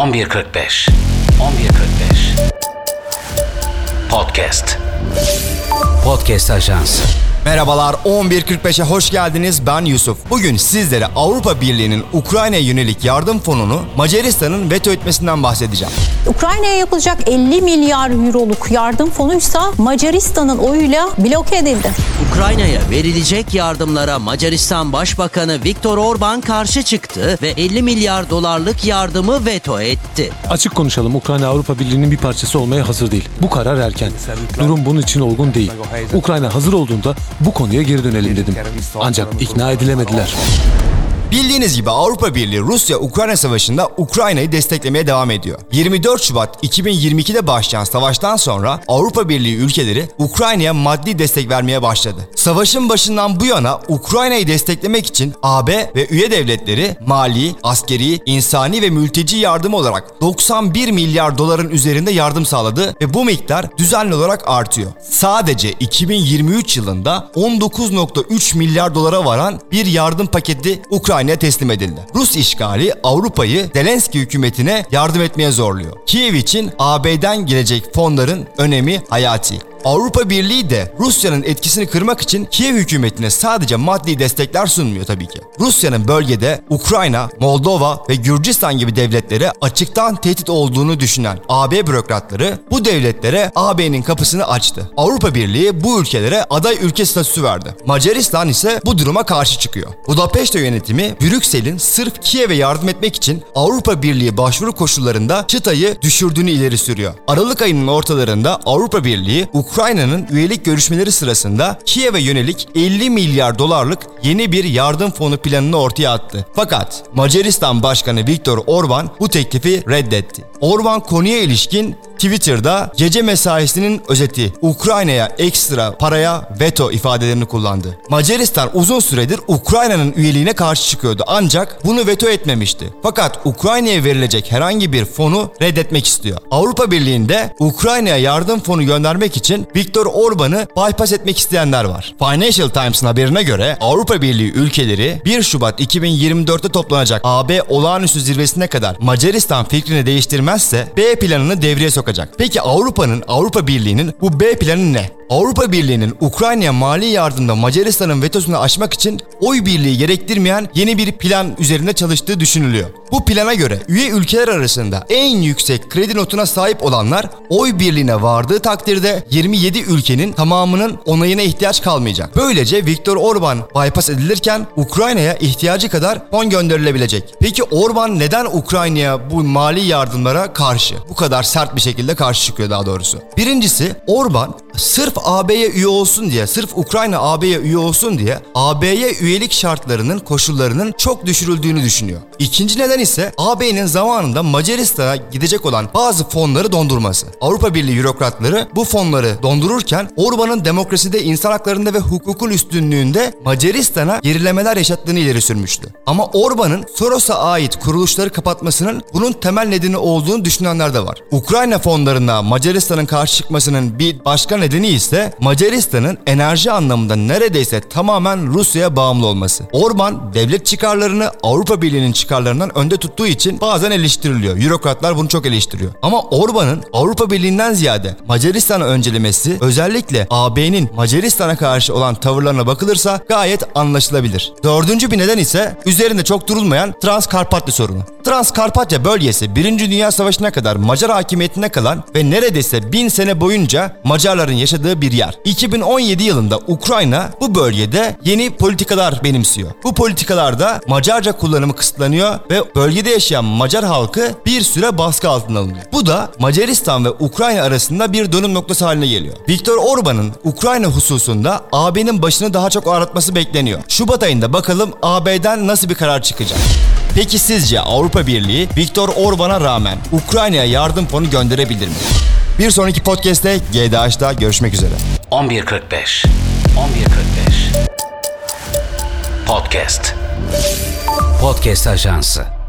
11.45 Podcast Ajansı. Merhabalar, 11.45'e hoş geldiniz. Ben Yusuf. Bugün sizlere Avrupa Birliği'nin Ukrayna'ya yönelik yardım fonunu Macaristan'ın veto etmesinden bahsedeceğim. Ukrayna'ya yapılacak 50 milyar euroluk yardım fonuysa Macaristan'ın oyuyla bloke edildi. Ukrayna'ya verilecek yardımlara Macaristan Başbakanı Viktor Orban karşı çıktı ve 50 milyar dolarlık yardımı veto etti. Açık konuşalım, Ukrayna Avrupa Birliği'nin bir parçası olmaya hazır değil. Bu karar erken. Durum bunun için uygun değil. Ukrayna hazır olduğunda bu konuya geri dönelim dedim. Ancak ikna edilemediler. Bildiğiniz gibi Avrupa Birliği Rusya-Ukrayna savaşında Ukrayna'yı desteklemeye devam ediyor. 24 Şubat 2022'de başlayan savaştan sonra Avrupa Birliği ülkeleri Ukrayna'ya maddi destek vermeye başladı. Savaşın başından bu yana Ukrayna'yı desteklemek için AB ve üye devletleri mali, askeri, insani ve mülteci yardımı olarak 91 milyar doların üzerinde yardım sağladı ve bu miktar düzenli olarak artıyor. Sadece 2023 yılında 19,3 milyar dolara varan bir yardım paketi Ukrayna'ya teslim edildi. Rus işgali Avrupa'yı Zelenski hükümetine yardım etmeye zorluyor. Kiev için AB'den gelecek fonların önemi hayati. Avrupa Birliği de Rusya'nın etkisini kırmak için Kiev hükümetine sadece maddi destekler sunmuyor tabii ki. Rusya'nın bölgede Ukrayna, Moldova ve Gürcistan gibi devletlere açıktan tehdit olduğunu düşünen AB bürokratları bu devletlere AB'nin kapısını açtı. Avrupa Birliği bu ülkelere aday ülke statüsü verdi. Macaristan ise bu duruma karşı çıkıyor. Budapeşte yönetimi Brüksel'in sırf Kiev'e yardım etmek için Avrupa Birliği başvuru koşullarında çıtayı düşürdüğünü ileri sürüyor. Aralık ayının ortalarında Avrupa Birliği Ukrayna'nın üyelik görüşmeleri sırasında Kiev'e yönelik 50 milyar dolarlık yeni bir yardım fonu planını ortaya attı. Fakat Macaristan Başkanı Viktor Orban bu teklifi reddetti. Orban konuya ilişkin Twitter'da gece mesaisinin özeti Ukrayna'ya ekstra paraya veto ifadelerini kullandı. Macaristan uzun süredir Ukrayna'nın üyeliğine karşı çıkıyordu ancak bunu veto etmemişti. Fakat Ukrayna'ya verilecek herhangi bir fonu reddetmek istiyor. Avrupa Birliği'nde Ukrayna'ya yardım fonu göndermek için Viktor Orban'ı bypass etmek isteyenler var. Financial Times'ın haberine göre Avrupa Birliği ülkeleri 1 Şubat 2024'te toplanacak AB olağanüstü zirvesine kadar Macaristan fikrini değiştirmezse B planını devreye sokacak. Peki Avrupa Birliği'nin bu B planı ne? Avrupa Birliği'nin Ukrayna'ya mali yardımda Macaristan'ın vetosunu aşmak için oy birliği gerektirmeyen yeni bir plan üzerinde çalıştığı düşünülüyor. Bu plana göre üye ülkeler arasında en yüksek kredi notuna sahip olanlar oy birliğine vardığı takdirde 27 ülkenin tamamının onayına ihtiyaç kalmayacak. Böylece Viktor Orban bypass edilirken Ukrayna'ya ihtiyacı kadar fon gönderilebilecek. Peki Orban neden Ukrayna'ya bu mali yardımlara karşı? Bu kadar sert bir şekilde karşı çıkıyor daha doğrusu. Birincisi Orban sırf AB'ye üye olsun diye, sırf Ukrayna AB'ye üye olsun diye AB'ye üyelik şartlarının, koşullarının çok düşürüldüğünü düşünüyor. İkinci neden ise AB'nin zamanında Macaristan'a gidecek olan bazı fonları dondurması. Avrupa Birliği bürokratları bu fonları dondururken Orban'ın demokraside, insan haklarında ve hukukun üstünlüğünde Macaristan'a gerilemeler yaşattığını ileri sürmüştü. Ama Orban'ın Soros'a ait kuruluşları kapatmasının bunun temel nedeni olduğunu düşünenler de var. Ukrayna fonlarına Macaristan'ın karşı çıkmasının bir başka nedeni ise Macaristan'ın enerji anlamında neredeyse tamamen Rusya'ya bağımlı olması. Orban devlet çıkarlarını Avrupa Birliği'nin çıkarlarından önde tuttuğu için bazen eleştiriliyor. Bürokratlar bunu çok eleştiriyor. Ama Orban'ın Avrupa Birliği'nden ziyade Macaristan'ı öncelemesi, özellikle AB'nin Macaristan'a karşı olan tavırlarına bakılırsa gayet anlaşılabilir. Dördüncü bir neden ise üzerinde çok durulmayan Transkarpatya sorunu. Transkarpatya bölgesi 1. Dünya Savaşı'na kadar Macar hakimiyetine kalan ve neredeyse 1000 sene boyunca Macarların yaşadığı bir yer. 2017 yılında Ukrayna bu bölgede yeni politikalar benimsiyor. Bu politikalarda Macarca kullanımı kısıtlanıyor ve bölgede yaşayan Macar halkı bir süre baskı altına alınıyor. Bu da Macaristan ve Ukrayna arasında bir dönüm noktası haline geliyor. Viktor Orban'ın Ukrayna hususunda AB'nin başını daha çok ağrıtması bekleniyor. Şubat ayında bakalım AB'den nasıl bir karar çıkacak? Peki sizce Avrupa Birliği Viktor Orban'a rağmen Ukrayna'ya yardım fonu gönderebilir mi? Bir sonraki podcast'te GDH'da görüşmek üzere. 11.45 Podcast Ajansı.